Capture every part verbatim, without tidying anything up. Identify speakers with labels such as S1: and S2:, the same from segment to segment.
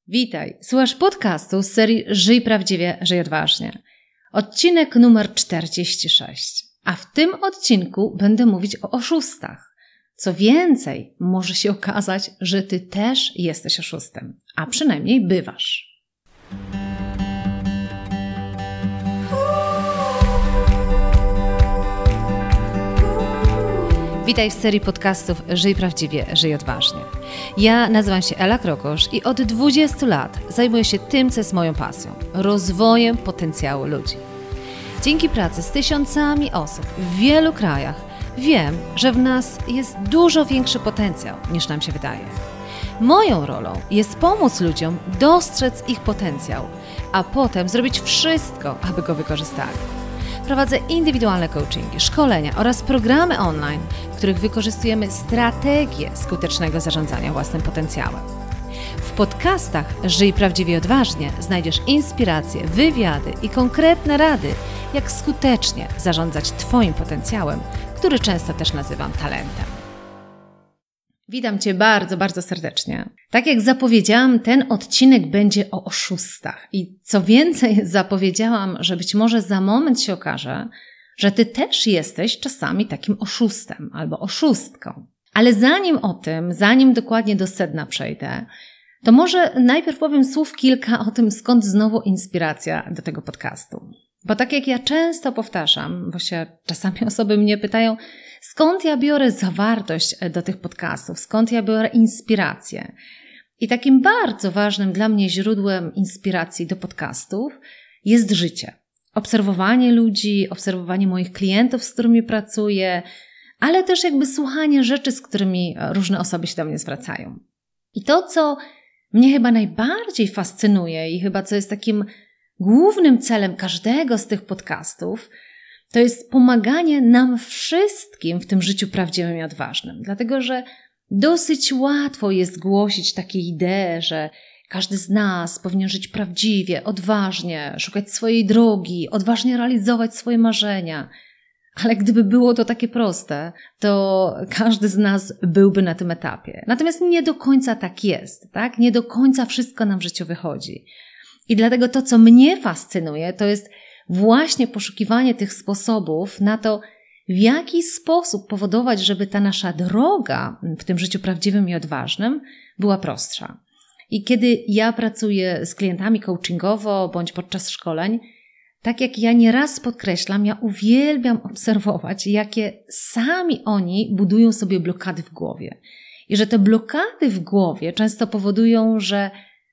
S1: Witaj, słuchasz podcastu z serii Żyj prawdziwie, żyj odważnie. Odcinek numer czterdzieści sześć. A w tym odcinku będę mówić o oszustach. Co więcej, może się okazać, że ty też jesteś oszustem, a przynajmniej bywasz. Witaj w serii podcastów Żyj prawdziwie, żyj odważnie. Ja nazywam się Ela Krokosz i od dwudziestu lat zajmuję się tym, co jest moją pasją – rozwojem potencjału ludzi. Dzięki pracy z tysiącami osób w wielu krajach wiem, że w nas jest dużo większy potencjał niż nam się wydaje. Moją rolą jest pomóc ludziom dostrzec ich potencjał, a potem zrobić wszystko, aby go wykorzystali. Prowadzę indywidualne coachingi, szkolenia oraz programy online, w których wykorzystujemy strategię skutecznego zarządzania własnym potencjałem. W podcastach Żyj prawdziwie odważnie znajdziesz inspiracje, wywiady i konkretne rady, jak skutecznie zarządzać Twoim potencjałem, który często też nazywam talentem. Witam Cię bardzo, bardzo serdecznie. Tak jak zapowiedziałam, ten odcinek będzie o oszustach. I co więcej, zapowiedziałam, że być może za moment się okaże, że Ty też jesteś czasami takim oszustem albo oszustką. Ale zanim o tym, zanim dokładnie do sedna przejdę, to może najpierw powiem słów kilka o tym, skąd znowu inspiracja do tego podcastu. Bo tak jak ja często powtarzam, bo się czasami osoby mnie pytają, skąd ja biorę zawartość do tych podcastów, skąd ja biorę inspirację. I takim bardzo ważnym dla mnie źródłem inspiracji do podcastów jest życie. Obserwowanie ludzi, obserwowanie moich klientów, z którymi pracuję, ale też jakby słuchanie rzeczy, z którymi różne osoby się do mnie zwracają. I to, co mnie chyba najbardziej fascynuje i chyba co jest takim głównym celem każdego z tych podcastów, to jest pomaganie nam wszystkim w tym życiu prawdziwym i odważnym. Dlatego, że dosyć łatwo jest głosić takie idee, że każdy z nas powinien żyć prawdziwie, odważnie, szukać swojej drogi, odważnie realizować swoje marzenia. Ale gdyby było to takie proste, to każdy z nas byłby na tym etapie. Natomiast nie do końca tak jest, tak? Nie do końca wszystko nam w życiu wychodzi. I dlatego to, co mnie fascynuje, to jest właśnie poszukiwanie tych sposobów na to, w jaki sposób powodować, żeby ta nasza droga w tym życiu prawdziwym i odważnym była prostsza. I kiedy ja pracuję z klientami coachingowo bądź podczas szkoleń, tak jak ja nieraz podkreślam, ja uwielbiam obserwować, jakie sami oni budują sobie blokady w głowie. I że te blokady w głowie często powodują, że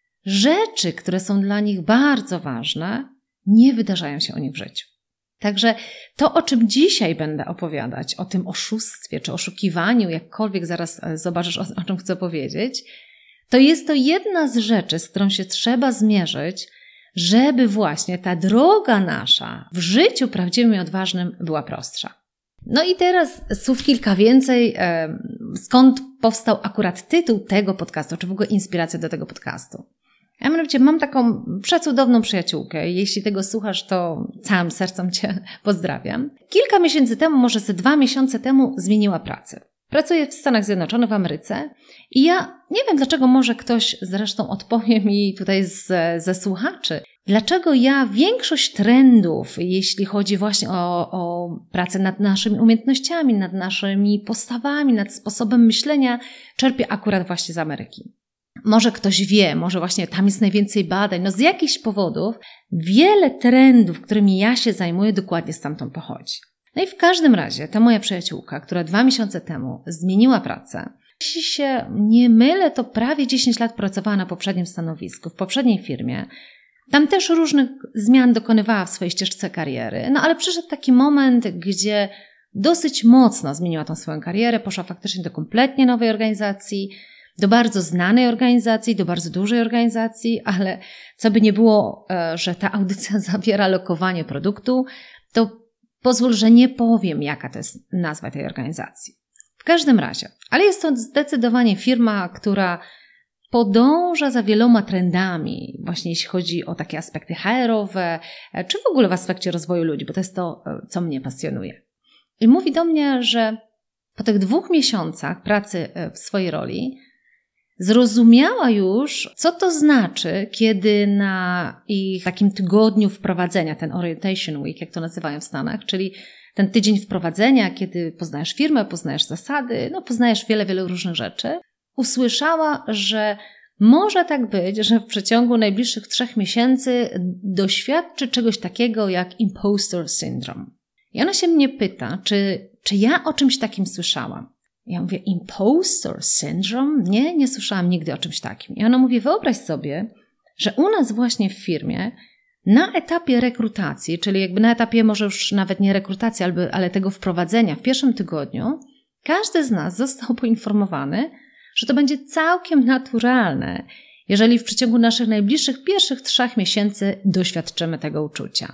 S1: rzeczy, które są dla nich bardzo ważne, nie wydarzają się u nich w życiu. Także to, o czym dzisiaj będę opowiadać, o tym oszustwie czy oszukiwaniu, jakkolwiek zaraz zobaczysz, o, o czym chcę powiedzieć, to jest to jedna z rzeczy, z którą się trzeba zmierzyć, żeby właśnie ta droga nasza w życiu prawdziwym i odważnym była prostsza. No i teraz słów kilka więcej, skąd powstał akurat tytuł tego podcastu, czy w ogóle inspiracja do tego podcastu. Ja mianowicie mam taką przecudowną przyjaciółkę. Jeśli tego słuchasz, to całym sercem Cię pozdrawiam. Kilka miesięcy temu, może ze dwa miesiące temu zmieniła pracę. Pracuje w Stanach Zjednoczonych, w Ameryce i ja nie wiem, dlaczego może ktoś zresztą odpowie mi tutaj z, ze słuchaczy, dlaczego ja większość trendów, jeśli chodzi właśnie o, o pracę nad naszymi umiejętnościami, nad naszymi postawami, nad sposobem myślenia, czerpię akurat właśnie z Ameryki. Może ktoś wie, może właśnie tam jest najwięcej badań. No z jakichś powodów wiele trendów, którymi ja się zajmuję, dokładnie stamtąd pochodzi. No i w każdym razie ta moja przyjaciółka, która dwa miesiące temu zmieniła pracę, jeśli się nie mylę, to prawie dziesięć lat pracowała na poprzednim stanowisku, w poprzedniej firmie. Tam też różnych zmian dokonywała w swojej ścieżce kariery, no ale przyszedł taki moment, gdzie dosyć mocno zmieniła tą swoją karierę, poszła faktycznie do kompletnie nowej organizacji, do bardzo znanej organizacji, do bardzo dużej organizacji, ale co by nie było, że ta audycja zawiera lokowanie produktu, to pozwól, że nie powiem, jaka to jest nazwa tej organizacji. W każdym razie, ale jest to zdecydowanie firma, która podąża za wieloma trendami, właśnie jeśli chodzi o takie aspekty H R-owe, czy w ogóle w aspekcie rozwoju ludzi, bo to jest to, co mnie pasjonuje. I mówi do mnie, że po tych dwóch miesiącach pracy w swojej roli zrozumiała już, co to znaczy, kiedy na ich takim tygodniu wprowadzenia, ten Orientation Week, jak to nazywają w Stanach, czyli ten tydzień wprowadzenia, kiedy poznajesz firmę, poznajesz zasady, no poznajesz wiele, wiele różnych rzeczy, usłyszała, że może tak być, że w przeciągu najbliższych trzech miesięcy doświadczy czegoś takiego jak imposter syndrome. I ona się mnie pyta, czy, czy ja o czymś takim słyszałam. Ja mówię, imposter syndrome? Nie, nie słyszałam nigdy o czymś takim. I ona mówi, wyobraź sobie, że u nas właśnie w firmie na etapie rekrutacji, czyli jakby na etapie może już nawet nie rekrutacji, ale, ale tego wprowadzenia w pierwszym tygodniu, każdy z nas został poinformowany, że to będzie całkiem naturalne, jeżeli w przeciągu naszych najbliższych pierwszych trzech miesięcy doświadczymy tego uczucia.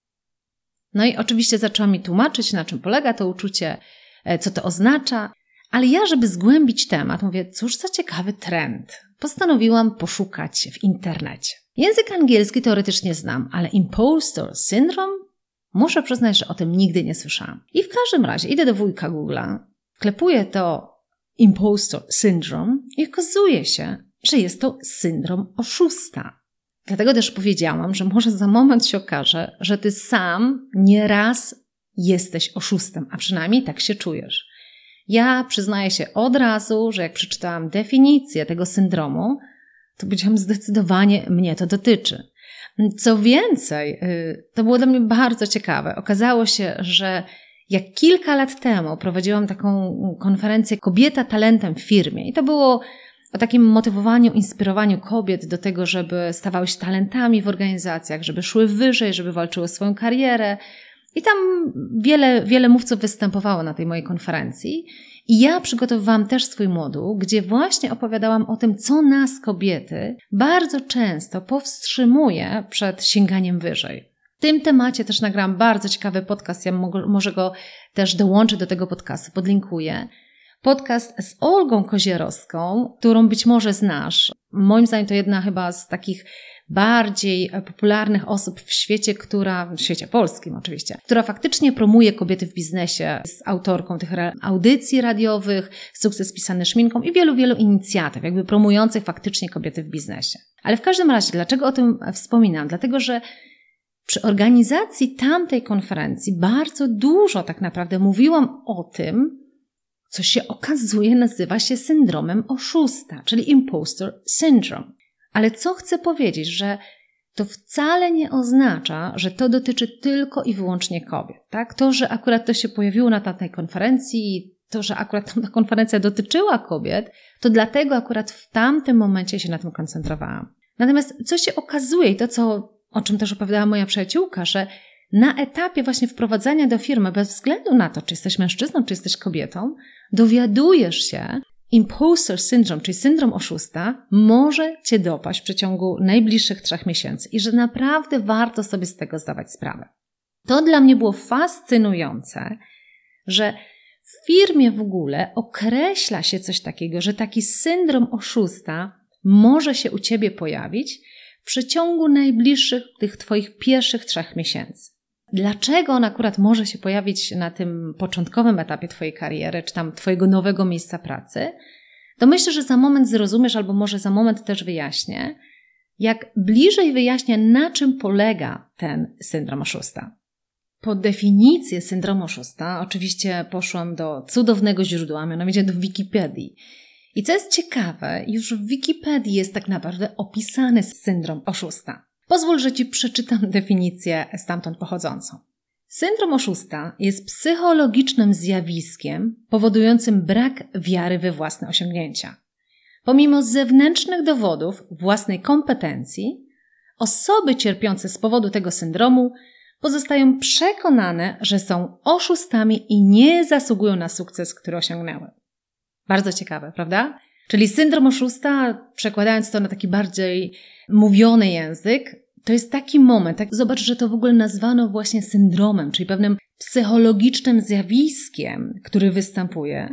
S1: No i oczywiście zaczęła mi tłumaczyć, na czym polega to uczucie, co to oznacza, ale ja, żeby zgłębić temat, mówię, cóż za ciekawy trend. Postanowiłam poszukać w internecie. Język angielski teoretycznie znam, ale imposter syndrome? Muszę przyznać, że o tym nigdy nie słyszałam. I w każdym razie idę do wujka Google'a, klepuję to imposter syndrome i okazuje się, że jest to syndrom oszusta. Dlatego też powiedziałam, że może za moment się okaże, że ty sam nieraz jesteś oszustem, a przynajmniej tak się czujesz. Ja przyznaję się od razu, że jak przeczytałam definicję tego syndromu, to powiedziałam zdecydowanie mnie to dotyczy. Co więcej, to było dla mnie bardzo ciekawe. Okazało się, że jak kilka lat temu prowadziłam taką konferencję Kobieta talentem w firmie i to było o takim motywowaniu, inspirowaniu kobiet do tego, żeby stawały się talentami w organizacjach, żeby szły wyżej, żeby walczyły o swoją karierę. I tam wiele, wiele mówców występowało na tej mojej konferencji. I ja przygotowywałam też swój moduł, gdzie właśnie opowiadałam o tym, co nas, kobiety, bardzo często powstrzymuje przed sięganiem wyżej. W tym temacie też nagrałam bardzo ciekawy podcast, ja może go też dołączę do tego podcastu, podlinkuję. Podcast z Olgą Kozierowską, którą być może znasz. Moim zdaniem to jedna chyba z takich bardziej popularnych osób w świecie, która, w świecie polskim oczywiście, która faktycznie promuje kobiety w biznesie, z autorką tych audycji radiowych, Sukces pisany szminką i wielu, wielu inicjatyw, jakby promujących faktycznie kobiety w biznesie. Ale w każdym razie, dlaczego o tym wspominam? Dlatego, że przy organizacji tamtej konferencji bardzo dużo tak naprawdę mówiłam o tym, co się okazuje nazywa się syndromem oszusta, czyli imposter syndrome. Ale co chcę powiedzieć, że to wcale nie oznacza, że to dotyczy tylko i wyłącznie kobiet. Tak? To, że akurat to się pojawiło na tamtej konferencji, to, że akurat ta konferencja dotyczyła kobiet, to dlatego akurat w tamtym momencie się na tym koncentrowałam. Natomiast co się okazuje i to, co, o czym też opowiadała moja przyjaciółka, że na etapie właśnie wprowadzania do firmy, bez względu na to, czy jesteś mężczyzną, czy jesteś kobietą, dowiadujesz się, imposter syndrome, czyli syndrom oszusta, może cię dopaść w przeciągu najbliższych trzech miesięcy i że naprawdę warto sobie z tego zdawać sprawę. To dla mnie było fascynujące, że w firmie w ogóle określa się coś takiego, że taki syndrom oszusta może się u ciebie pojawić w przeciągu najbliższych tych twoich pierwszych trzech miesięcy. Dlaczego on akurat może się pojawić na tym początkowym etapie twojej kariery, czy tam twojego nowego miejsca pracy, to myślę, że za moment zrozumiesz, albo może za moment też wyjaśnię, jak bliżej wyjaśnię, na czym polega ten syndrom oszusta. Po definicję syndromu oszusta oczywiście poszłam do cudownego źródła, mianowicie do Wikipedii. I co jest ciekawe, już w Wikipedii jest tak naprawdę opisany syndrom oszusta. Pozwól, że Ci przeczytam definicję stamtąd pochodzącą. Syndrom oszusta jest psychologicznym zjawiskiem powodującym brak wiary we własne osiągnięcia. Pomimo zewnętrznych dowodów własnej kompetencji, osoby cierpiące z powodu tego syndromu pozostają przekonane, że są oszustami i nie zasługują na sukces, który osiągnęły. Bardzo ciekawe, prawda? Czyli syndrom oszusta, przekładając to na taki bardziej mówiony język, to jest taki moment, tak, zobacz, że to w ogóle nazwano właśnie syndromem, czyli pewnym psychologicznym zjawiskiem, który występuje.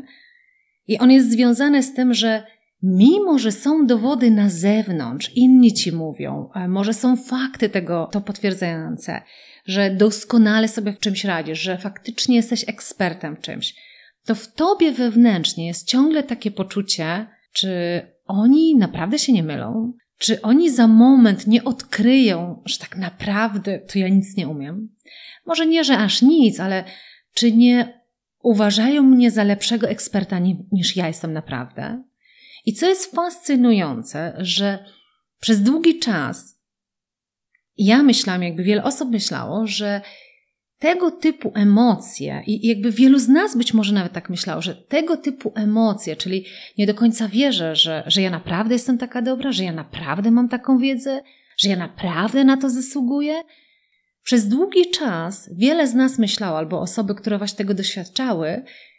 S1: I on jest związany z tym, że mimo, że są dowody na zewnątrz, inni ci mówią, może są fakty tego to potwierdzające, że doskonale sobie w czymś radzisz, że faktycznie jesteś ekspertem w czymś, to w tobie wewnętrznie jest ciągle takie poczucie, czy oni naprawdę się nie mylą? Czy oni za moment nie odkryją, że tak naprawdę to ja nic nie umiem? Może nie, że aż nic, ale czy nie uważają mnie za lepszego eksperta niż ja jestem naprawdę? I co jest fascynujące, że przez długi czas ja myślałam, jakby wiele osób myślało, że tego typu emocje, i jakby wielu z nas być może nawet tak myślało, że tego typu emocje, czyli nie do końca wierzę, że, że ja naprawdę jestem taka dobra, że ja naprawdę mam taką wiedzę, że ja naprawdę na to zasługuję. Przez długi czas wiele z nas myślało, albo osoby, które właśnie tego doświadczały,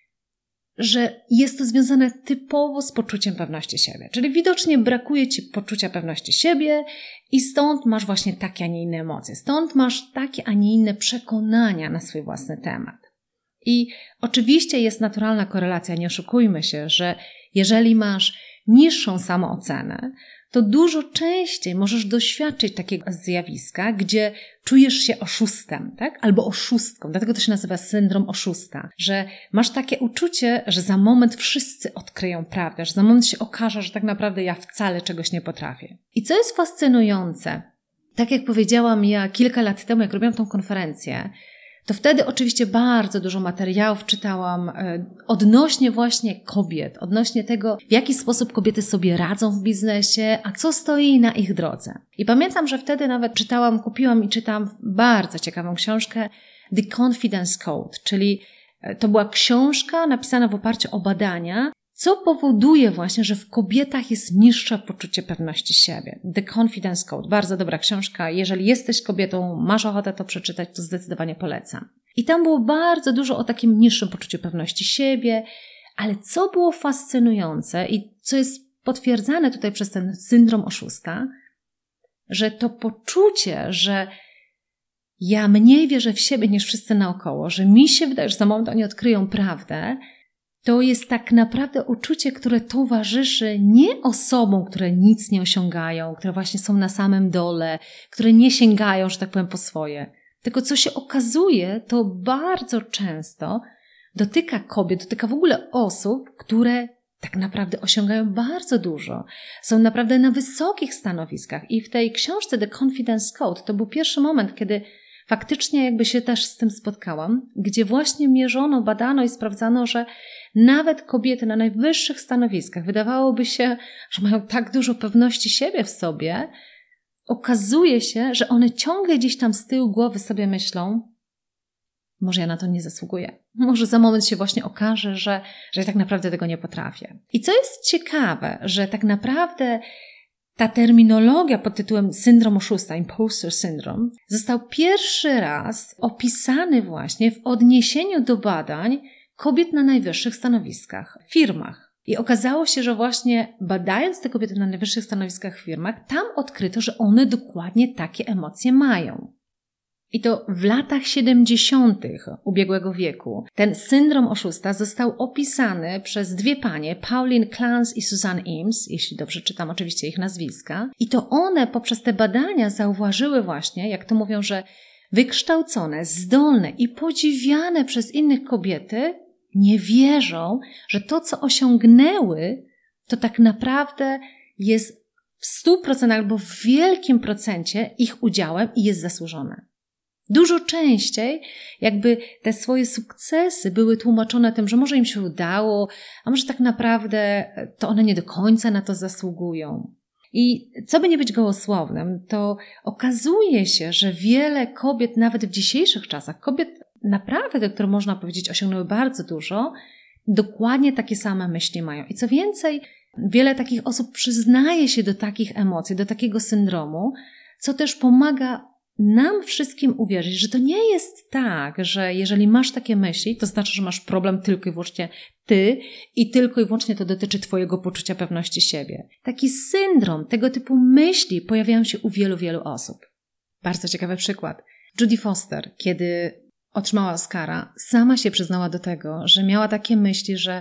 S1: że jest to związane typowo z poczuciem pewności siebie. Czyli widocznie brakuje ci poczucia pewności siebie i stąd masz właśnie takie, a nie inne emocje. Stąd masz takie, a nie inne przekonania na swój własny temat. I oczywiście jest naturalna korelacja, nie oszukujmy się, że jeżeli masz niższą samoocenę, to dużo częściej możesz doświadczyć takiego zjawiska, gdzie czujesz się oszustem, tak? Albo oszustką. Dlatego to się nazywa syndrom oszusta, że masz takie uczucie, że za moment wszyscy odkryją prawdę, że za moment się okaże, że tak naprawdę ja wcale czegoś nie potrafię. I co jest fascynujące, tak jak powiedziałam ja kilka lat temu, jak robiłam tą konferencję, to wtedy oczywiście bardzo dużo materiałów czytałam odnośnie właśnie kobiet, odnośnie tego, w jaki sposób kobiety sobie radzą w biznesie, a co stoi na ich drodze. I pamiętam, że wtedy nawet czytałam, kupiłam i czytałam bardzo ciekawą książkę The Confidence Code, czyli to była książka napisana w oparciu o badania, co powoduje właśnie, że w kobietach jest niższe poczucie pewności siebie. The Confidence Code. Bardzo dobra książka. Jeżeli jesteś kobietą, masz ochotę to przeczytać, to zdecydowanie polecam. I tam było bardzo dużo o takim niższym poczuciu pewności siebie, ale co było fascynujące i co jest potwierdzane tutaj przez ten syndrom oszusta, że to poczucie, że ja mniej wierzę w siebie niż wszyscy naokoło, że mi się wydaje, że za moment oni odkryją prawdę, to jest tak naprawdę uczucie, które towarzyszy nie osobom, które nic nie osiągają, które właśnie są na samym dole, które nie sięgają, że tak powiem, po swoje. Tylko co się okazuje, to bardzo często dotyka kobiet, dotyka w ogóle osób, które tak naprawdę osiągają bardzo dużo. Są naprawdę na wysokich stanowiskach. I w tej książce The Confidence Code to był pierwszy moment, kiedy faktycznie jakby się też z tym spotkałam, gdzie właśnie mierzono, badano i sprawdzano, że nawet kobiety na najwyższych stanowiskach, wydawałoby się, że mają tak dużo pewności siebie w sobie, okazuje się, że one ciągle gdzieś tam z tyłu głowy sobie myślą, może ja na to nie zasługuję. Może za moment się właśnie okaże, że, że ja tak naprawdę tego nie potrafię. I co jest ciekawe, że tak naprawdę ta terminologia pod tytułem syndrom oszusta, imposter syndrome, został pierwszy raz opisany właśnie w odniesieniu do badań kobiet na najwyższych stanowiskach w firmach. I okazało się, że właśnie badając te kobiety na najwyższych stanowiskach w firmach, tam odkryto, że one dokładnie takie emocje mają. I to w latach siedemdziesiątych ubiegłego wieku ten syndrom oszusta został opisany przez dwie panie, Pauline Clance i Suzanne Imes, jeśli dobrze czytam oczywiście ich nazwiska. I to one poprzez te badania zauważyły właśnie, jak to mówią, że wykształcone, zdolne i podziwiane przez innych kobiety nie wierzą, że to, co osiągnęły, to tak naprawdę jest w stu procentach albo w wielkim procencie ich udziałem i jest zasłużone. Dużo częściej jakby te swoje sukcesy były tłumaczone tym, że może im się udało, a może tak naprawdę to one nie do końca na to zasługują. I co by nie być gołosłownym, to okazuje się, że wiele kobiet nawet w dzisiejszych czasach, kobiet naprawdę, które można powiedzieć osiągnęły bardzo dużo, dokładnie takie same myśli mają. I co więcej, wiele takich osób przyznaje się do takich emocji, do takiego syndromu, co też pomaga nam wszystkim uwierzyć, że to nie jest tak, że jeżeli masz takie myśli, to znaczy, że masz problem tylko i wyłącznie ty i tylko i wyłącznie to dotyczy twojego poczucia pewności siebie. Taki syndrom, tego typu myśli pojawiają się u wielu, wielu osób. Bardzo ciekawy przykład. Jodie Foster, kiedy otrzymała Oscara, sama się przyznała do tego, że miała takie myśli, że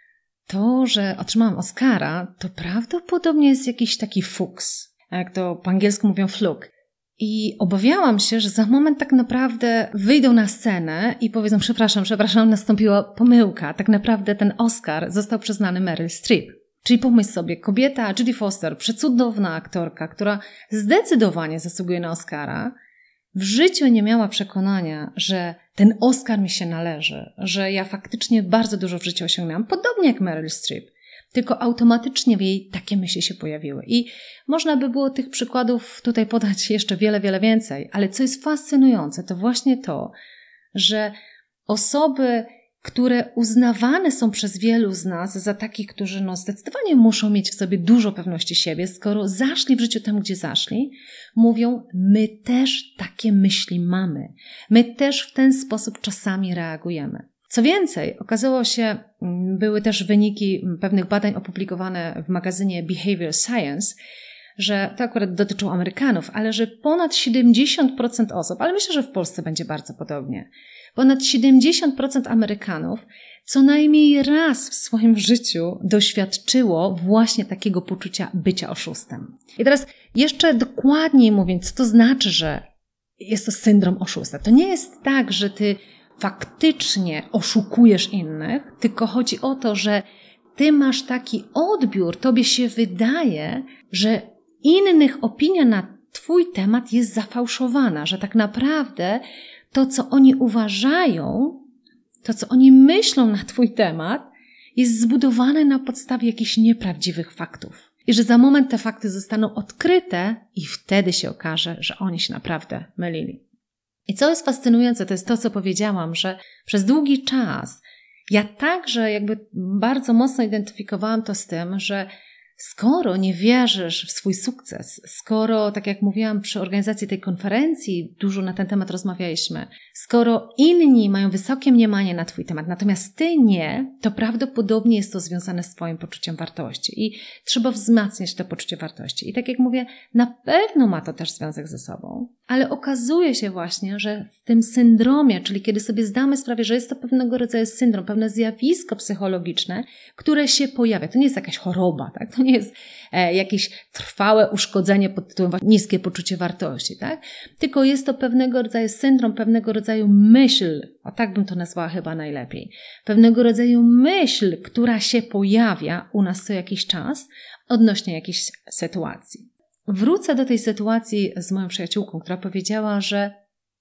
S1: to, że otrzymałam Oscara, to prawdopodobnie jest jakiś taki fuks. Jak to po angielsku mówią fluke. I obawiałam się, że za moment tak naprawdę wyjdą na scenę i powiedzą, przepraszam, przepraszam, nastąpiła pomyłka. Tak naprawdę ten Oscar został przyznany Meryl Streep. Czyli pomyśl sobie, kobieta Jodie Foster, przecudowna aktorka, która zdecydowanie zasługuje na Oscara, w życiu nie miała przekonania, że ten Oscar mi się należy, że ja faktycznie bardzo dużo w życiu osiągnęłam, podobnie jak Meryl Streep, tylko automatycznie w jej takie myśli się pojawiły. I można by było tych przykładów tutaj podać jeszcze wiele, wiele więcej, ale co jest fascynujące, to właśnie to, że osoby, które uznawane są przez wielu z nas za takich, którzy no zdecydowanie muszą mieć w sobie dużo pewności siebie, skoro zaszli w życiu tam, gdzie zaszli, mówią, my też takie myśli mamy. My też w ten sposób czasami reagujemy. Co więcej, okazało się, były też wyniki pewnych badań opublikowane w magazynie Behavior Science, że to akurat dotyczą Amerykanów, ale że ponad siedemdziesiąt procent osób, ale myślę, że w Polsce będzie bardzo podobnie, ponad siedemdziesiąt procent Amerykanów co najmniej raz w swoim życiu doświadczyło właśnie takiego poczucia bycia oszustem. I teraz jeszcze dokładniej mówiąc, co to znaczy, że jest to syndrom oszusta. To nie jest tak, że ty faktycznie oszukujesz innych, tylko chodzi o to, że ty masz taki odbiór, tobie się wydaje, że innych opinia na twój temat jest zafałszowana, że tak naprawdę to, co oni uważają, to, co oni myślą na twój temat, jest zbudowane na podstawie jakichś nieprawdziwych faktów. I że za moment te fakty zostaną odkryte i wtedy się okaże, że oni się naprawdę mylili. I co jest fascynujące, to jest to, co powiedziałam, że przez długi czas ja także jakby bardzo mocno identyfikowałam to z tym, że skoro nie wierzysz w swój sukces, skoro, tak jak mówiłam przy organizacji tej konferencji, dużo na ten temat rozmawialiśmy, skoro inni mają wysokie mniemanie na twój temat, natomiast ty nie, to prawdopodobnie jest to związane z twoim poczuciem wartości i trzeba wzmacniać to poczucie wartości. I tak jak mówię, na pewno ma to też związek ze sobą, ale okazuje się właśnie, że w tym syndromie, czyli kiedy sobie zdamy sprawę, że jest to pewnego rodzaju syndrom, pewne zjawisko psychologiczne, które się pojawia. To nie jest jakaś choroba, tak? To nie jest e, jakieś trwałe uszkodzenie pod tytułem niskie poczucie wartości, tak? Tylko jest to pewnego rodzaju syndrom, pewnego rodzaju myśl, a tak bym to nazwała chyba najlepiej, pewnego rodzaju myśl, która się pojawia u nas co jakiś czas odnośnie jakiejś sytuacji. Wrócę do tej sytuacji z moją przyjaciółką, która powiedziała, że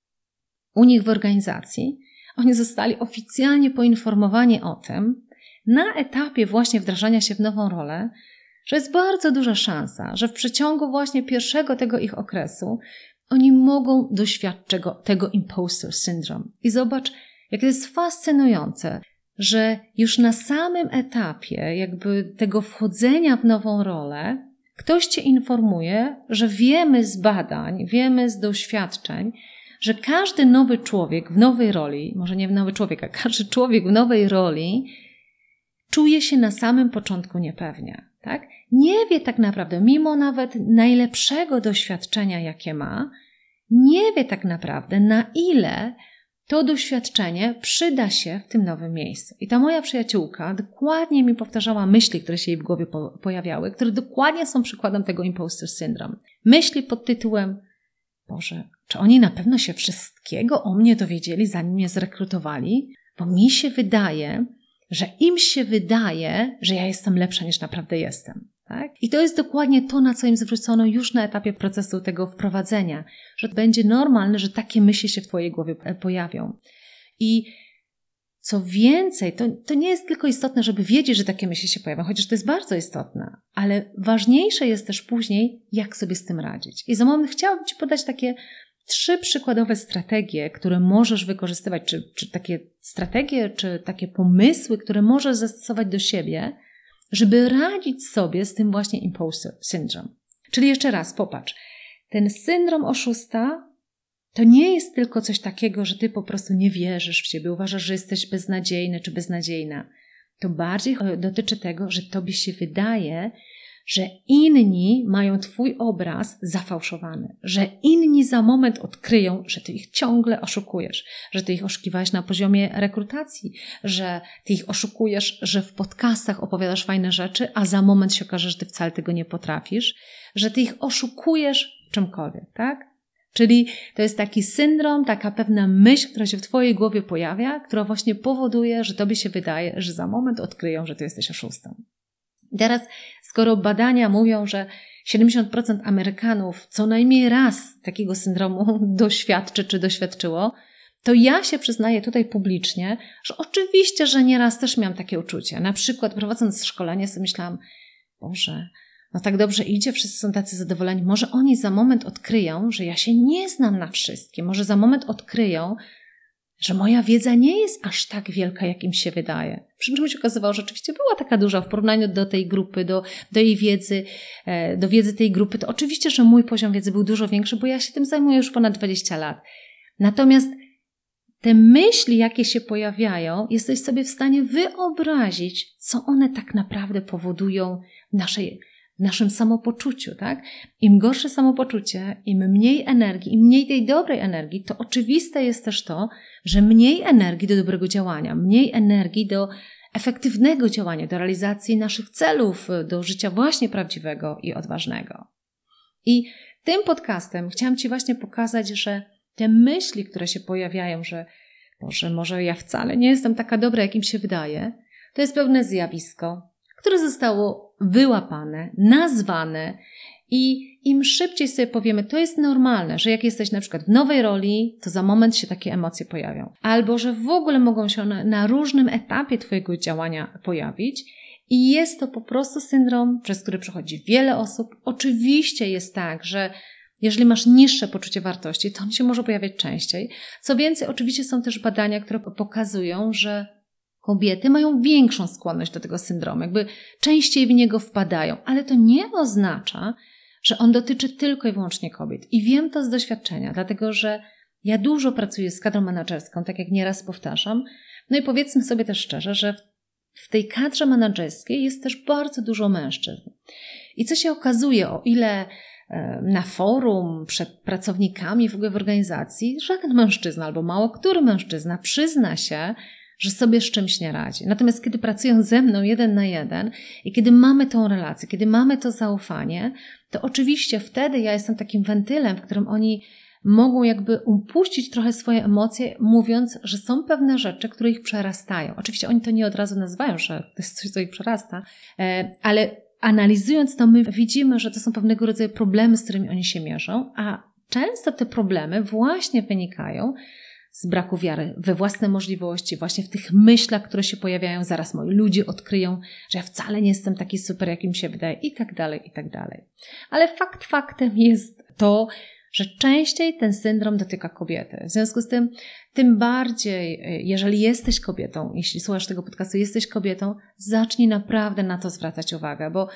S1: u nich w organizacji oni zostali oficjalnie poinformowani o tym na etapie właśnie wdrażania się w nową rolę, że jest bardzo duża szansa, że w przeciągu właśnie pierwszego tego ich okresu oni mogą doświadczyć tego imposter syndrome. I zobacz, jak to jest fascynujące, że już na samym etapie jakby tego wchodzenia w nową rolę ktoś cię informuje, że wiemy z badań, wiemy z doświadczeń, że każdy nowy człowiek w nowej roli, może nie nowy człowiek, a każdy człowiek w nowej roli czuje się na samym początku niepewnie, tak? Nie wie tak naprawdę, mimo nawet najlepszego doświadczenia, jakie ma, nie wie tak naprawdę, na ile to doświadczenie przyda się w tym nowym miejscu. I ta moja przyjaciółka dokładnie mi powtarzała myśli, które się jej w głowie po- pojawiały, które dokładnie są przykładem tego imposter syndrome. Myśli pod tytułem: Boże, czy oni na pewno się wszystkiego o mnie dowiedzieli, zanim mnie zrekrutowali? Bo mi się wydaje, że im się wydaje, że ja jestem lepsza niż naprawdę jestem. Tak? I to jest dokładnie to, na co im zwrócono już na etapie procesu tego wprowadzenia, że będzie normalne, że takie myśli się w twojej głowie pojawią. I co więcej, to, to nie jest tylko istotne, żeby wiedzieć, że takie myśli się pojawią, chociaż to jest bardzo istotne, ale ważniejsze jest też później, jak sobie z tym radzić. I za moment chciałabym ci podać takie trzy przykładowe strategie, które możesz wykorzystywać, czy, czy takie strategie, czy takie pomysły, które możesz zastosować do siebie, żeby radzić sobie z tym właśnie imposter syndrome. Czyli jeszcze raz, popatrz, ten syndrom oszusta to nie jest tylko coś takiego, że ty po prostu nie wierzysz w siebie, uważasz, że jesteś beznadziejny czy beznadziejna. To bardziej dotyczy tego, że tobie się wydaje, że inni mają twój obraz zafałszowany, że inni za moment odkryją, że ty ich ciągle oszukujesz, że ty ich oszukiwałeś na poziomie rekrutacji, że ty ich oszukujesz, że w podcastach opowiadasz fajne rzeczy, a za moment się okaże, że ty wcale tego nie potrafisz, że ty ich oszukujesz w czymkolwiek, tak? Czyli to jest taki syndrom, taka pewna myśl, która się w twojej głowie pojawia, która właśnie powoduje, że tobie się wydaje, że za moment odkryją, że ty jesteś oszustem. Teraz, skoro badania mówią, że siedemdziesiąt procent Amerykanów co najmniej raz takiego syndromu doświadczy czy doświadczyło, to ja się przyznaję tutaj publicznie, że oczywiście, że nieraz też miałam takie uczucie. Na przykład prowadząc szkolenie sobie myślałam, Boże, no tak dobrze idzie, wszyscy są tacy zadowoleni. Może oni za moment odkryją, że ja się nie znam na wszystkim. Może za moment odkryją, że moja wiedza nie jest aż tak wielka, jak im się wydaje. Przy czym się okazywało, że oczywiście była taka duża w porównaniu do tej grupy, do, do jej wiedzy, do wiedzy tej grupy. To oczywiście, że mój poziom wiedzy był dużo większy, bo ja się tym zajmuję już ponad dwadzieścia lat. Natomiast te myśli, jakie się pojawiają, jesteś sobie w stanie wyobrazić, co one tak naprawdę powodują w, naszej, w naszym samopoczuciu, tak? Im gorsze samopoczucie, im mniej energii, im mniej tej dobrej energii, to oczywiste jest też to, że mniej energii do dobrego działania, mniej energii do efektywnego działania, do realizacji naszych celów, do życia właśnie prawdziwego i odważnego. I tym podcastem chciałam Ci właśnie pokazać, że te myśli, które się pojawiają, że Boże, może ja wcale nie jestem taka dobra, jak im się wydaje, to jest pewne zjawisko, które zostało wyłapane, nazwane i im szybciej sobie powiemy, to jest normalne, że jak jesteś na przykład w nowej roli, to za moment się takie emocje pojawią. Albo, że w ogóle mogą się one na różnym etapie Twojego działania pojawić i jest to po prostu syndrom, przez który przechodzi wiele osób. Oczywiście jest tak, że jeżeli masz niższe poczucie wartości, to on się może pojawiać częściej. Co więcej, oczywiście są też badania, które pokazują, że kobiety mają większą skłonność do tego syndromu, jakby częściej w niego wpadają, ale to nie oznacza, że on dotyczy tylko i wyłącznie kobiet. I wiem to z doświadczenia, dlatego że ja dużo pracuję z kadrą menedżerską, tak jak nieraz powtarzam. No i powiedzmy sobie też szczerze, że w tej kadrze menedżerskiej jest też bardzo dużo mężczyzn. I co się okazuje, o ile na forum, przed pracownikami w ogóle w organizacji, żaden mężczyzna albo mało który mężczyzna przyzna się, że sobie z czymś nie radzi. Natomiast kiedy pracują ze mną jeden na jeden i kiedy mamy tą relację, kiedy mamy to zaufanie, to oczywiście wtedy ja jestem takim wentylem, w którym oni mogą jakby upuścić trochę swoje emocje, mówiąc, że są pewne rzeczy, które ich przerastają. Oczywiście oni to nie od razu nazywają, że to jest coś, co ich przerasta, ale analizując to, my widzimy, że to są pewnego rodzaju problemy, z którymi oni się mierzą, a często te problemy właśnie wynikają z braku wiary we własne możliwości, właśnie w tych myślach, które się pojawiają, zaraz moi ludzie odkryją, że ja wcale nie jestem taki super, jak im się wydaje i tak dalej, i tak dalej. Ale fakt faktem jest to, że częściej ten syndrom dotyka kobiety. W związku z tym, tym bardziej, jeżeli jesteś kobietą, jeśli słuchasz tego podcastu, jesteś kobietą, zacznij naprawdę na to zwracać uwagę, bo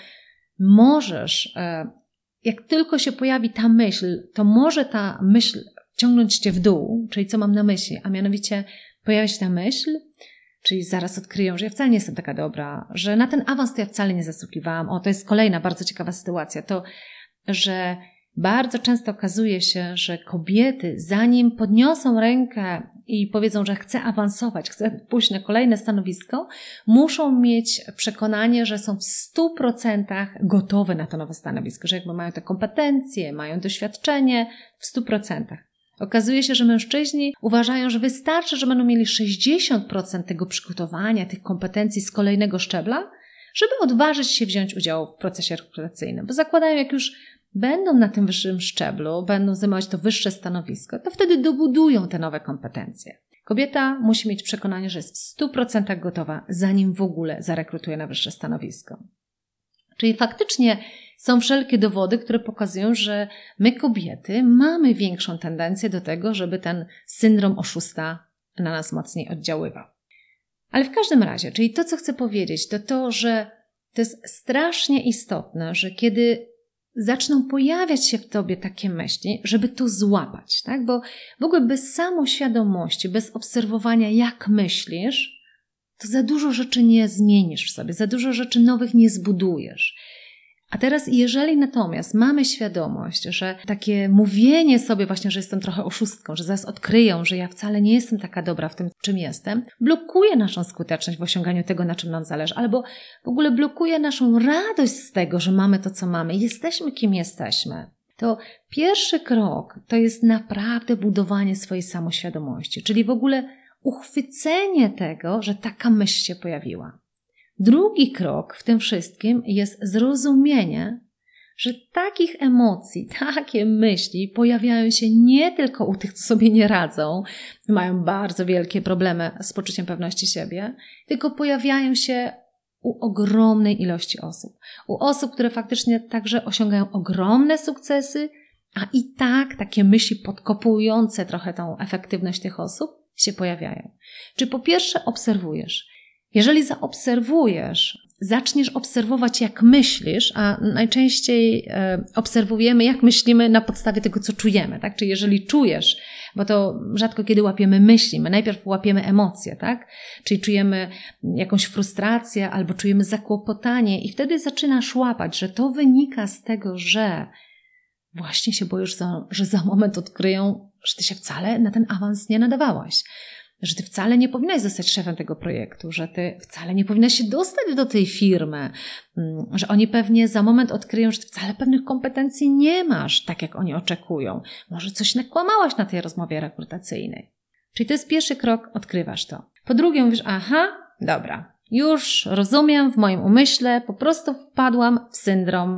S1: możesz, jak tylko się pojawi ta myśl, to może ta myśl ciągnąć Cię w dół, czyli co mam na myśli, a mianowicie pojawia się ta myśl, czyli zaraz odkryją, że ja wcale nie jestem taka dobra, że na ten awans to ja wcale nie zasługiwałam. O, to jest kolejna bardzo ciekawa sytuacja, to, że bardzo często okazuje się, że kobiety, zanim podniosą rękę i powiedzą, że chcę awansować, chcę pójść na kolejne stanowisko, muszą mieć przekonanie, że są w stu procentach gotowe na to nowe stanowisko, że jakby mają te kompetencje, mają doświadczenie w stu procentach. Okazuje się, że mężczyźni uważają, że wystarczy, że będą mieli sześćdziesiąt procent tego przygotowania, tych kompetencji z kolejnego szczebla, żeby odważyć się wziąć udział w procesie rekrutacyjnym. Bo zakładają, jak już będą na tym wyższym szczeblu, będą zajmować to wyższe stanowisko, to wtedy dobudują te nowe kompetencje. Kobieta musi mieć przekonanie, że jest w stu procentach gotowa, zanim w ogóle zarekrutuje na wyższe stanowisko. Czyli faktycznie są wszelkie dowody, które pokazują, że my kobiety mamy większą tendencję do tego, żeby ten syndrom oszusta na nas mocniej oddziaływał. Ale w każdym razie, czyli to, co chcę powiedzieć, to to, że to jest strasznie istotne, że kiedy zaczną pojawiać się w Tobie takie myśli, żeby to złapać, tak? Bo w ogóle bez samoświadomości, bez obserwowania, jak myślisz, to za dużo rzeczy nie zmienisz w sobie, za dużo rzeczy nowych nie zbudujesz. A teraz, jeżeli natomiast mamy świadomość, że takie mówienie sobie właśnie, że jestem trochę oszustką, że zaraz odkryją, że ja wcale nie jestem taka dobra w tym, czym jestem, blokuje naszą skuteczność w osiąganiu tego, na czym nam zależy, albo w ogóle blokuje naszą radość z tego, że mamy to, co mamy, jesteśmy kim jesteśmy. To pierwszy krok to jest naprawdę budowanie swojej samoświadomości, czyli w ogóle uchwycenie tego, że taka myśl się pojawiła. Drugi krok w tym wszystkim jest zrozumienie, że takich emocji, takie myśli pojawiają się nie tylko u tych, co sobie nie radzą, mają bardzo wielkie problemy z poczuciem pewności siebie, tylko pojawiają się u ogromnej ilości osób. U osób, które faktycznie także osiągają ogromne sukcesy, a i tak takie myśli podkopujące trochę tą efektywność tych osób się pojawiają. Czy po pierwsze obserwujesz? Jeżeli zaobserwujesz, zaczniesz obserwować, jak myślisz, a najczęściej e, obserwujemy, jak myślimy na podstawie tego, co czujemy, tak? Czyli jeżeli czujesz, bo to rzadko kiedy łapiemy myśli, my najpierw łapiemy emocje, tak? Czyli czujemy jakąś frustrację albo czujemy zakłopotanie i wtedy zaczynasz łapać, że to wynika z tego, że właśnie się boisz, że za moment odkryją, że ty się wcale na ten awans nie nadawałaś. Że ty wcale nie powinnaś zostać szefem tego projektu, że ty wcale nie powinnaś się dostać do tej firmy, że oni pewnie za moment odkryją, że ty wcale pewnych kompetencji nie masz, tak jak oni oczekują. Może coś nakłamałaś na tej rozmowie rekrutacyjnej. Czyli to jest pierwszy krok, odkrywasz to. Po drugie mówisz, aha, dobra, już rozumiem, w moim umyśle po prostu wpadłam w syndrom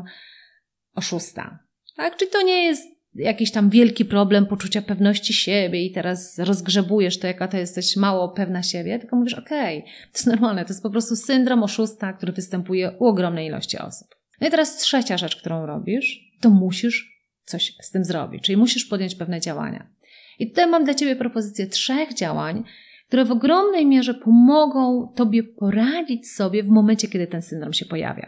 S1: oszusta. Tak? Czyli to nie jest jakiś tam wielki problem poczucia pewności siebie i teraz rozgrzebujesz to, jaka to jesteś mało pewna siebie, tylko mówisz, okej, okay, to jest normalne, to jest po prostu syndrom oszusta, który występuje u ogromnej ilości osób. No i teraz trzecia rzecz, którą robisz, to musisz coś z tym zrobić, czyli musisz podjąć pewne działania. I tutaj mam dla Ciebie propozycję trzech działań, które w ogromnej mierze pomogą Tobie poradzić sobie w momencie, kiedy ten syndrom się pojawia.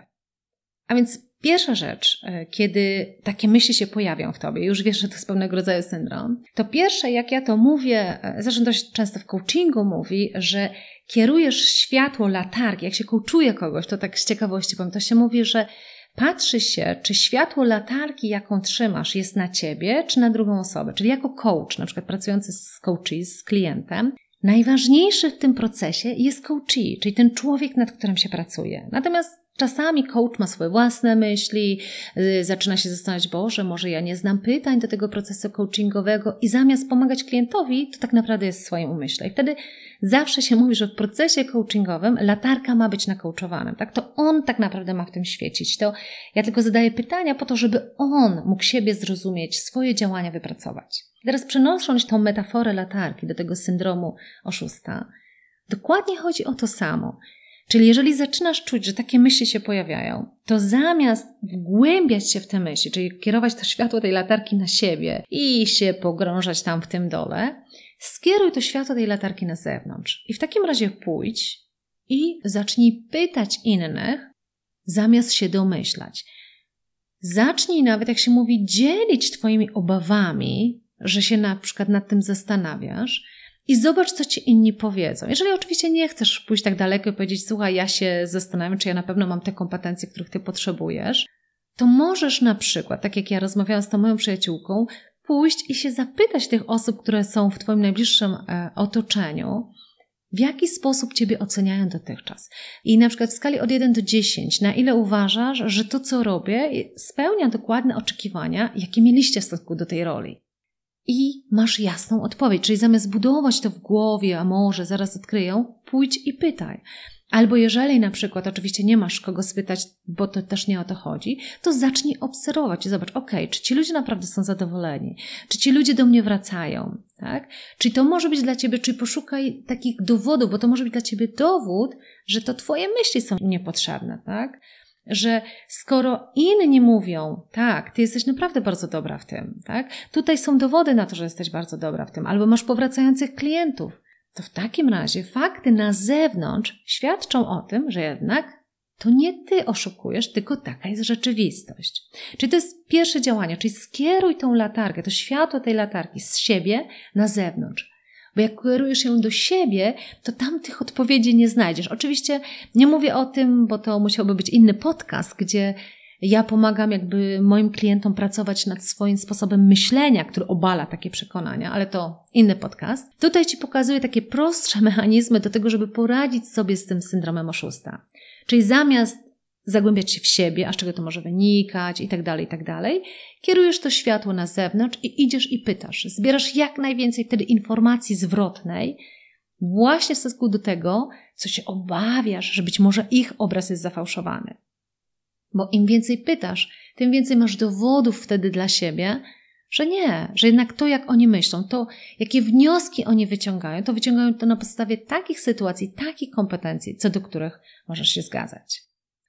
S1: A więc pierwsza rzecz, kiedy takie myśli się pojawią w Tobie, już wiesz, że to jest pewnego rodzaju syndrom, to pierwsze, jak ja to mówię, zresztą dość często w coachingu mówi, że kierujesz światło latarki, jak się coachuje kogoś, to tak z ciekawości powiem, to się mówi, że patrzy się, czy światło latarki, jaką trzymasz, jest na Ciebie, czy na drugą osobę. Czyli jako coach, na przykład pracujący z coachee, z klientem, najważniejszy w tym procesie jest coachee, czyli ten człowiek, nad którym się pracuje. Natomiast czasami coach ma swoje własne myśli, yy, zaczyna się zastanawiać, Boże, może ja nie znam pytań do tego procesu coachingowego i zamiast pomagać klientowi, to tak naprawdę jest w swoim umyśle. I wtedy zawsze się mówi, że w procesie coachingowym latarka ma być na coachowanym, tak? To on tak naprawdę ma w tym świecić. To ja tylko zadaję pytania po to, żeby on mógł siebie zrozumieć, swoje działania wypracować. Teraz przenosząc tą metaforę latarki do tego syndromu oszusta, dokładnie chodzi o to samo. Czyli jeżeli zaczynasz czuć, że takie myśli się pojawiają, to zamiast wgłębiać się w te myśli, czyli kierować to światło tej latarki na siebie i się pogrążać tam w tym dole, skieruj to światło tej latarki na zewnątrz. I w takim razie pójdź i zacznij pytać innych, zamiast się domyślać. Zacznij nawet, jak się mówi, dzielić Twoimi obawami, że się na przykład nad tym zastanawiasz, i zobacz, co Ci inni powiedzą. Jeżeli oczywiście nie chcesz pójść tak daleko i powiedzieć, słuchaj, ja się zastanawiam, czy ja na pewno mam te kompetencje, których Ty potrzebujesz, to możesz na przykład, tak jak ja rozmawiałam z tą moją przyjaciółką, pójść i się zapytać tych osób, które są w Twoim najbliższym e, otoczeniu, w jaki sposób Ciebie oceniają dotychczas. I na przykład w skali od jeden do dziesięciu, na ile uważasz, że to, co robię, spełnia dokładne oczekiwania, jakie mieliście w stosunku do tej roli. I masz jasną odpowiedź, czyli zamiast budować to w głowie, a może zaraz odkryją, pójdź i pytaj. Albo jeżeli na przykład oczywiście nie masz kogo spytać, bo to też nie o to chodzi, to zacznij obserwować i zobacz, okej, okay, czy ci ludzie naprawdę są zadowoleni, czy ci ludzie do mnie wracają, tak? Czyli to może być dla Ciebie, czyli poszukaj takich dowodów, bo to może być dla Ciebie dowód, że to Twoje myśli są niepotrzebne, tak? Że skoro inni mówią, tak, ty jesteś naprawdę bardzo dobra w tym, tak? Tutaj są dowody na to, że jesteś bardzo dobra w tym, albo masz powracających klientów, to w takim razie fakty na zewnątrz świadczą o tym, że jednak to nie ty oszukujesz, tylko taka jest rzeczywistość. Czyli to jest pierwsze działanie, czyli skieruj tą latarkę, to światło tej latarki z siebie na zewnątrz. Bo jak kierujesz ją do siebie, to tam tych odpowiedzi nie znajdziesz. Oczywiście nie mówię o tym, bo to musiałby być inny podcast, gdzie ja pomagam jakby moim klientom pracować nad swoim sposobem myślenia, który obala takie przekonania, ale to inny podcast. Tutaj Ci pokazuję takie prostsze mechanizmy do tego, żeby poradzić sobie z tym syndromem oszusta. Czyli zamiast zagłębiać się w siebie, a z czego to może wynikać i tak dalej, i tak dalej, kierujesz to światło na zewnątrz i idziesz i pytasz. Zbierasz jak najwięcej wtedy informacji zwrotnej
S2: Właśnie w stosunku do tego, co się obawiasz, że być może ich obraz jest zafałszowany. Bo im więcej pytasz, tym więcej masz dowodów wtedy dla siebie, że nie, że jednak to, jak oni myślą, to jakie wnioski oni wyciągają, to wyciągają to na podstawie takich sytuacji, takich kompetencji, co do których możesz się zgadzać.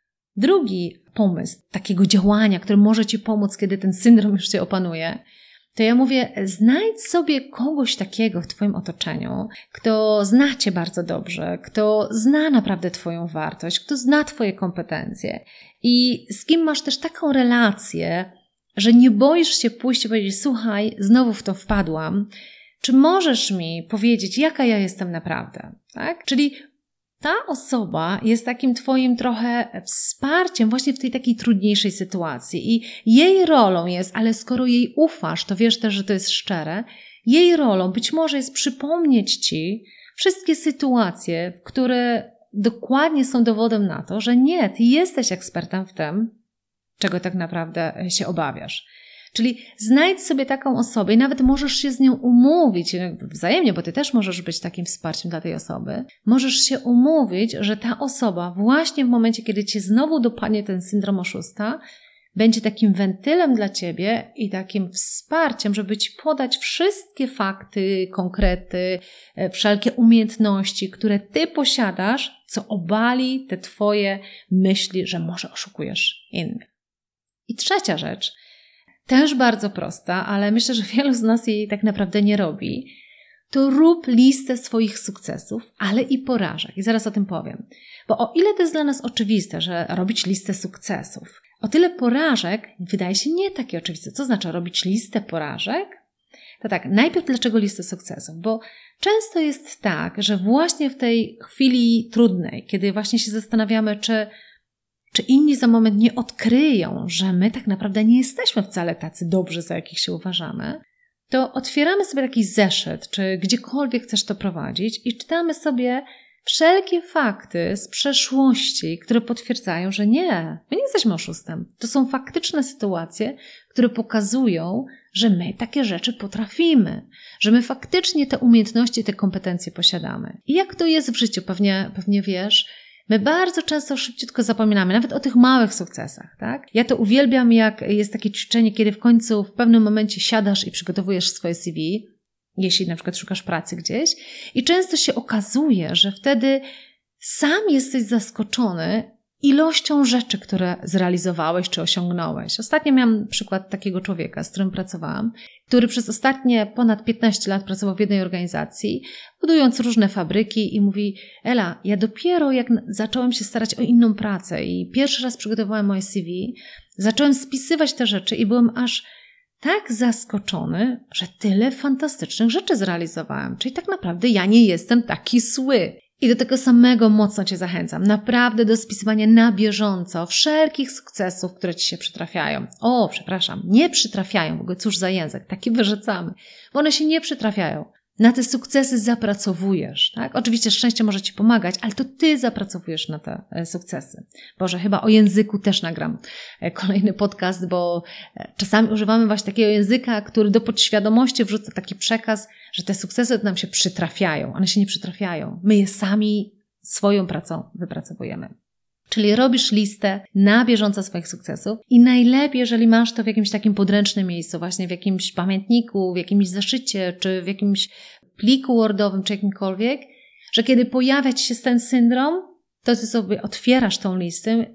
S2: Drugi pomysł takiego działania, który może Ci pomóc, kiedy ten syndrom już Cię opanuje, to ja mówię, znajdź sobie kogoś takiego w Twoim otoczeniu, kto zna Cię bardzo dobrze, kto zna naprawdę Twoją wartość, kto zna Twoje kompetencje i z kim masz też taką relację, że nie boisz się pójść i powiedzieć, słuchaj, znowu w to wpadłam, czy możesz mi powiedzieć, jaka ja jestem naprawdę, tak? Czyli ta osoba jest takim Twoim trochę wsparciem właśnie w tej takiej trudniejszej sytuacji i jej rolą jest, ale skoro jej ufasz, to wiesz też, że to jest szczere, jej rolą być może jest przypomnieć Ci wszystkie sytuacje, które dokładnie są dowodem na to, że nie, Ty jesteś ekspertem w tym, czego tak naprawdę się obawiasz. Czyli znajdź sobie taką osobę i nawet możesz się z nią umówić wzajemnie, bo Ty też możesz być takim wsparciem dla tej osoby. Możesz się umówić, że ta osoba właśnie w momencie, kiedy Cię znowu dopadnie ten syndrom oszusta, będzie takim wentylem dla Ciebie i takim wsparciem, żeby Ci podać wszystkie fakty, konkrety, wszelkie umiejętności, które Ty posiadasz, co obali te Twoje myśli, że może oszukujesz innych. I trzecia rzecz, też bardzo prosta, ale myślę, że wielu z nas jej tak naprawdę nie robi, to rób listę swoich sukcesów, ale i porażek. I zaraz o tym powiem. Bo o ile to jest dla nas oczywiste, że robić listę sukcesów, o tyle porażek wydaje się nie takie oczywiste. Co znaczy robić listę porażek? To tak, najpierw dlaczego listę sukcesów? Bo często jest tak, że właśnie w tej chwili trudnej, kiedy właśnie się zastanawiamy, czy Czy inni za moment nie odkryją, że my tak naprawdę nie jesteśmy wcale tacy dobrzy, za jakich się uważamy, to otwieramy sobie taki zeszyt, czy gdziekolwiek chcesz to prowadzić i czytamy sobie wszelkie fakty z przeszłości, które potwierdzają, że nie, my nie jesteśmy oszustem. To są faktyczne sytuacje, które pokazują, że my takie rzeczy potrafimy, że my faktycznie te umiejętności, te kompetencje posiadamy. I jak to jest w życiu, pewnie, pewnie wiesz, my bardzo często szybciutko zapominamy, nawet o tych małych sukcesach, tak? Ja to uwielbiam, jak jest takie ćwiczenie, kiedy w końcu w pewnym momencie siadasz i przygotowujesz swoje C V, jeśli na przykład szukasz pracy gdzieś i często się okazuje, że wtedy sam jesteś zaskoczony ilością rzeczy, które zrealizowałeś czy osiągnąłeś. Ostatnio miałam przykład takiego człowieka, z którym pracowałam, który przez ostatnie ponad piętnaście lat pracował w jednej organizacji, budując różne fabryki i mówi, Ela, ja dopiero jak zacząłem się starać o inną pracę i pierwszy raz przygotowałam moje C V, zacząłem spisywać te rzeczy i byłem aż tak zaskoczony, że tyle fantastycznych rzeczy zrealizowałem. Czyli tak naprawdę ja nie jestem taki zły. I do tego samego mocno Cię zachęcam. Naprawdę do spisywania na bieżąco wszelkich sukcesów, które Ci się przytrafiają. O, przepraszam, nie przytrafiają, w ogóle cóż za język, taki wyrzucamy. Bo one się nie przytrafiają. Na te sukcesy zapracowujesz, tak? Oczywiście szczęście może Ci pomagać, ale to Ty zapracowujesz na te sukcesy. Boże, chyba o języku też nagram kolejny podcast, bo czasami używamy właśnie takiego języka, który do podświadomości wrzuca taki przekaz, że te sukcesy nam się przytrafiają. One się nie przytrafiają. My je sami swoją pracą wypracowujemy. Czyli robisz listę na bieżąco swoich sukcesów i najlepiej, jeżeli masz to w jakimś takim podręcznym miejscu, właśnie w jakimś pamiętniku, w jakimś zeszycie, czy w jakimś pliku wordowym, czy jakimkolwiek, że kiedy pojawia Ci się ten syndrom, to Ty sobie otwierasz tą listę,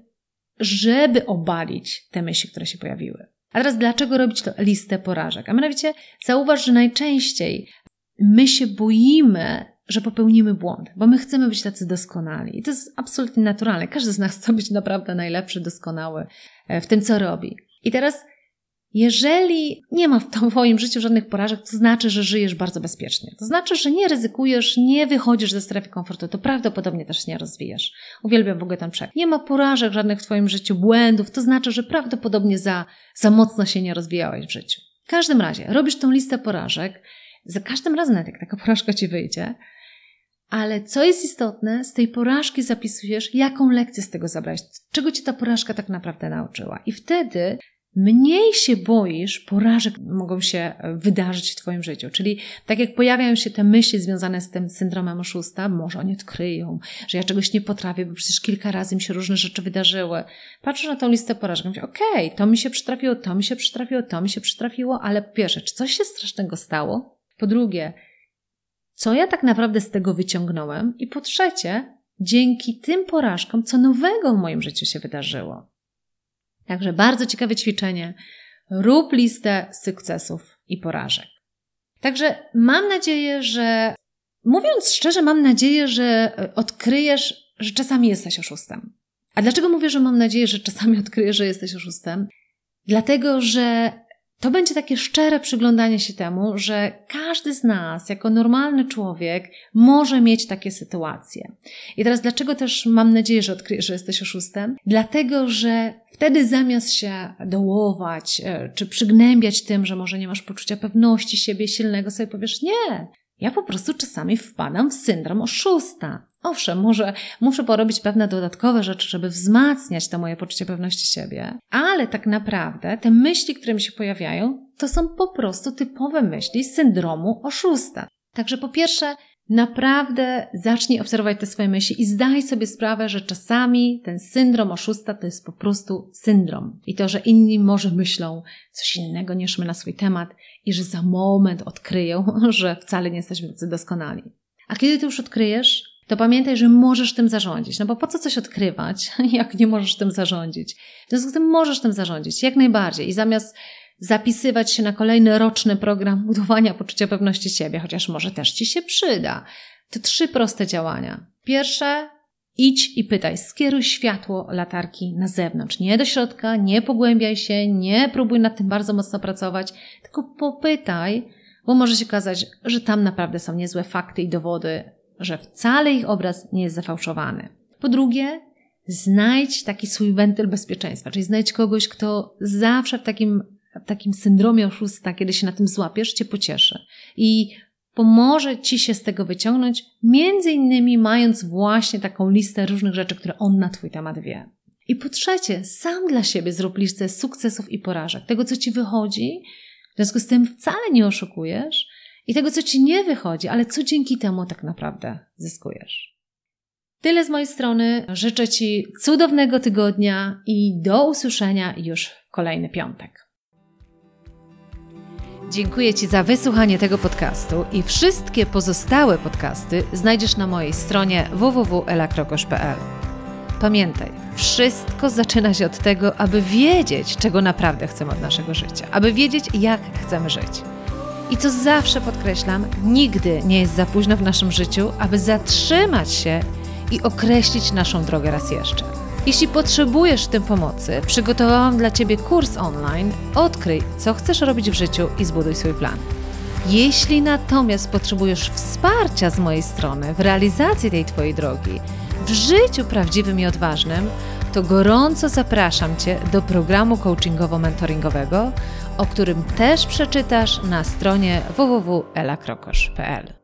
S2: żeby obalić te myśli, które się pojawiły. A teraz dlaczego robić to listę porażek? A mianowicie zauważ, że najczęściej my się boimy, że popełnimy błąd, bo my chcemy być tacy doskonali. I to jest absolutnie naturalne. Każdy z nas chce być naprawdę najlepszy, doskonały w tym, co robi. I teraz, jeżeli nie ma w Twoim życiu żadnych porażek, to znaczy, że żyjesz bardzo bezpiecznie. To znaczy, że nie ryzykujesz, nie wychodzisz ze strefy komfortu, to prawdopodobnie też nie rozwijasz. Uwielbiam w ogóle ten przekaz. Nie ma porażek żadnych w Twoim życiu, błędów, to znaczy, że prawdopodobnie za, za mocno się nie rozwijałeś w życiu. W każdym razie, robisz tą listę porażek, za każdym razem, nawet jak taka porażka Ci wyjdzie, ale co jest istotne, z tej porażki zapisujesz, jaką lekcję z tego zabrałeś, czego Cię ta porażka tak naprawdę nauczyła. I wtedy mniej się boisz porażek, mogą się wydarzyć w Twoim życiu. Czyli tak jak pojawiają się te myśli związane z tym syndromem oszusta, może oni odkryją, że ja czegoś nie potrafię, bo przecież kilka razy mi się różne rzeczy wydarzyły. Patrzę na tą listę porażek i mówię, okej, okay, to mi się przytrafiło, to mi się przytrafiło, to mi się przytrafiło, ale po pierwsze, czy coś się strasznego stało? Po drugie, co ja tak naprawdę z tego wyciągnąłem? I po trzecie, dzięki tym porażkom, co nowego w moim życiu się wydarzyło? Także bardzo ciekawe ćwiczenie. Rób listę sukcesów i porażek. Także mam nadzieję, że, mówiąc szczerze, mam nadzieję, że odkryjesz, że czasami jesteś oszustem. A dlaczego mówię, że mam nadzieję, że czasami odkryjesz, że jesteś oszustem? Dlatego, że to będzie takie szczere przyglądanie się temu, że każdy z nas, jako normalny człowiek, może mieć takie sytuacje. I teraz dlaczego też mam nadzieję, że odkryjesz, że jesteś oszustem? Dlatego, że wtedy zamiast się dołować, czy przygnębiać tym, że może nie masz poczucia pewności siebie silnego, sobie powiesz, nie, ja po prostu czasami wpadam w syndrom oszusta. Owszem, może muszę porobić pewne dodatkowe rzeczy, żeby wzmacniać to moje poczucie pewności siebie, ale tak naprawdę te myśli, które mi się pojawiają, to są po prostu typowe myśli z syndromu oszusta. Także po pierwsze, naprawdę zacznij obserwować te swoje myśli i zdaj sobie sprawę, że czasami ten syndrom oszusta to jest po prostu syndrom. I to, że inni może myślą coś innego niż my na swój temat i że za moment odkryją, że wcale nie jesteśmy tacy doskonali. A kiedy ty już odkryjesz, to pamiętaj, że możesz tym zarządzić. No bo po co coś odkrywać, jak nie możesz tym zarządzić? W związku z tym możesz tym zarządzić, jak najbardziej. I zamiast zapisywać się na kolejny roczny program budowania poczucia pewności siebie, chociaż może też ci się przyda, to trzy proste działania. Pierwsze, idź i pytaj. Skieruj światło latarki na zewnątrz. Nie do środka, nie pogłębiaj się, nie próbuj nad tym bardzo mocno pracować, tylko popytaj, bo może się okazać, że tam naprawdę są niezłe fakty i dowody, że wcale ich obraz nie jest zafałszowany. Po drugie, znajdź taki swój wentyl bezpieczeństwa, czyli znajdź kogoś, kto zawsze w takim, w takim syndromie oszusta, kiedy się na tym złapiesz, cię pocieszy i pomoże ci się z tego wyciągnąć, między innymi mając właśnie taką listę różnych rzeczy, które on na twój temat wie. I po trzecie, sam dla siebie zrób listę sukcesów i porażek, tego co ci wychodzi, w związku z tym wcale nie oszukujesz, i tego, co ci nie wychodzi, ale co dzięki temu tak naprawdę zyskujesz. Tyle z mojej strony. Życzę ci cudownego tygodnia i do usłyszenia już w kolejny piątek.
S1: Dziękuję Ci za wysłuchanie tego podcastu i wszystkie pozostałe podcasty znajdziesz na mojej stronie w w w kropka ela krokosz kropka p l. Pamiętaj, wszystko zaczyna się od tego, aby wiedzieć, czego naprawdę chcemy od naszego życia, aby wiedzieć, jak chcemy żyć. I co zawsze podkreślam, nigdy nie jest za późno w naszym życiu, aby zatrzymać się i określić naszą drogę raz jeszcze. Jeśli potrzebujesz w tym pomocy, przygotowałam dla Ciebie kurs online Odkryj, co chcesz robić w życiu i zbuduj swój plan. Jeśli natomiast potrzebujesz wsparcia z mojej strony w realizacji tej Twojej drogi, w życiu prawdziwym i odważnym, to gorąco zapraszam Cię do programu coachingowo-mentoringowego, o którym też przeczytasz na stronie w w w kropka ela krokosz kropka p l.